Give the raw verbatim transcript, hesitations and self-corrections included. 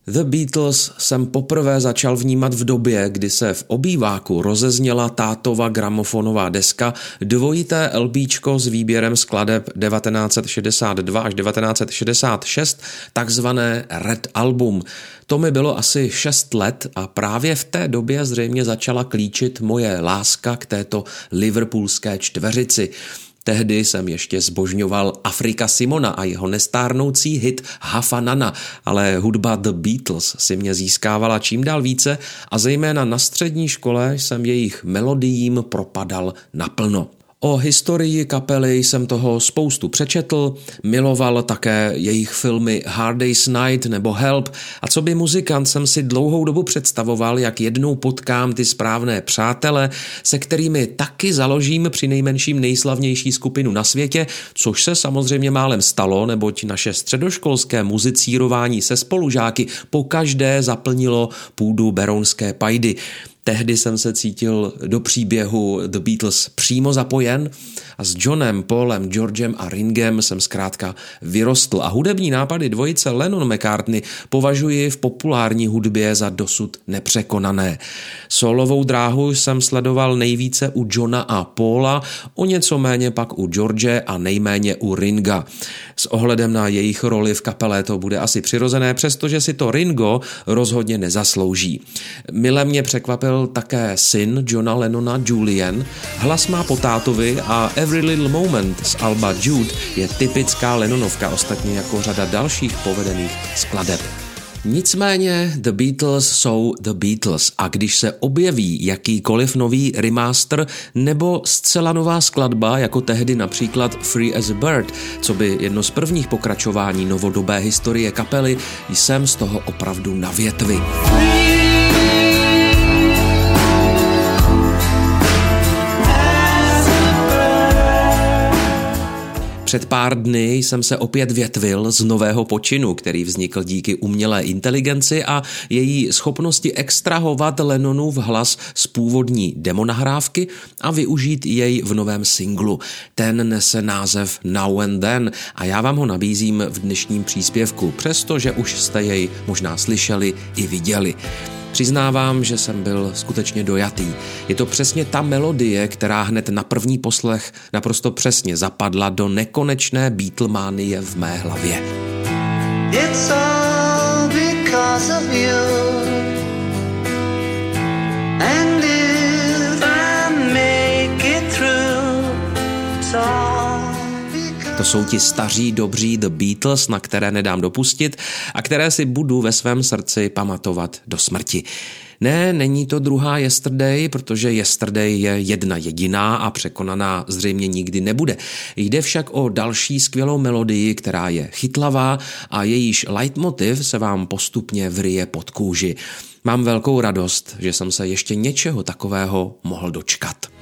The Beatles jsem poprvé začal vnímat v době, kdy se v obýváku rozezněla tátova gramofonová deska, dvojité LBčko s výběrem skladeb devatenáct set šedesát dva až devatenáct set šedesát šest, takzvané Red Album. To mi bylo asi šest let a právě v té době zřejmě začala klíčit moje láska k této liverpoolské čtveřici. Tehdy jsem ještě zbožňoval Afrika Simona a jeho nestárnoucí hit Hafanana, ale hudba The Beatles si mě získávala čím dál více a zejména na střední škole jsem jejich melodiím propadal naplno. O historii kapely jsem toho spoustu přečetl, miloval také jejich filmy Hard Day's Night nebo Help a co by muzikant jsem si dlouhou dobu představoval, jak jednou potkám ty správné přátele, se kterými taky založím přinejmenším nejslavnější skupinu na světě, což se samozřejmě málem stalo, neboť naše středoškolské muzicírování se spolužáky pokaždé zaplnilo půdu berounské pajdy. Tehdy jsem se cítil do příběhu The Beatles přímo zapojen a s Johnem, Paulem, Georgem a Ringem jsem zkrátka vyrostl a hudební nápady dvojice Lennon-McCartney považuji v populární hudbě za dosud nepřekonané. Solovou dráhu jsem sledoval nejvíce u Johna a Paula, o něco méně pak u George a nejméně u Ringa. S ohledem na jejich roli v kapele to bude asi přirozené, přestože si to Ringo rozhodně nezaslouží. Mile mě překvapil také syn Johna Lennona, Julian. Hlas má po tátovi a Every Little Moment z alba Jude je typická Lennonovka, ostatně jako řada dalších povedených skladeb. Nicméně The Beatles jsou The Beatles a když se objeví jakýkoliv nový remaster nebo zcela nová skladba, jako tehdy například Free as a Bird, co by jedno z prvních pokračování novodobé historie kapely, jsem z toho opravdu na větvi. Před pár dny jsem se opět větvil z nového počinu, který vznikl díky umělé inteligenci a její schopnosti extrahovat Lennonův hlas z původní demonahrávky a využít jej v novém singlu. Ten nese název Now and Then a já vám ho nabízím v dnešním příspěvku, přestože už jste jej možná slyšeli i viděli. Přiznávám, že jsem byl skutečně dojatý. Je to přesně ta melodie, která hned na první poslech naprosto přesně zapadla do nekonečné Beatlemanie v mé hlavě. It's all because of you. And if I make it through, it's all. To jsou ti staří, dobří The Beatles, na které nedám dopustit a které si budu ve svém srdci pamatovat do smrti. Ne, není to druhá Yesterday, protože Yesterday je jedna jediná a překonaná zřejmě nikdy nebude. Jde však o další skvělou melodii, která je chytlavá a jejíž leitmotiv se vám postupně vryje pod kůži. Mám velkou radost, že jsem se ještě něčeho takového mohl dočkat.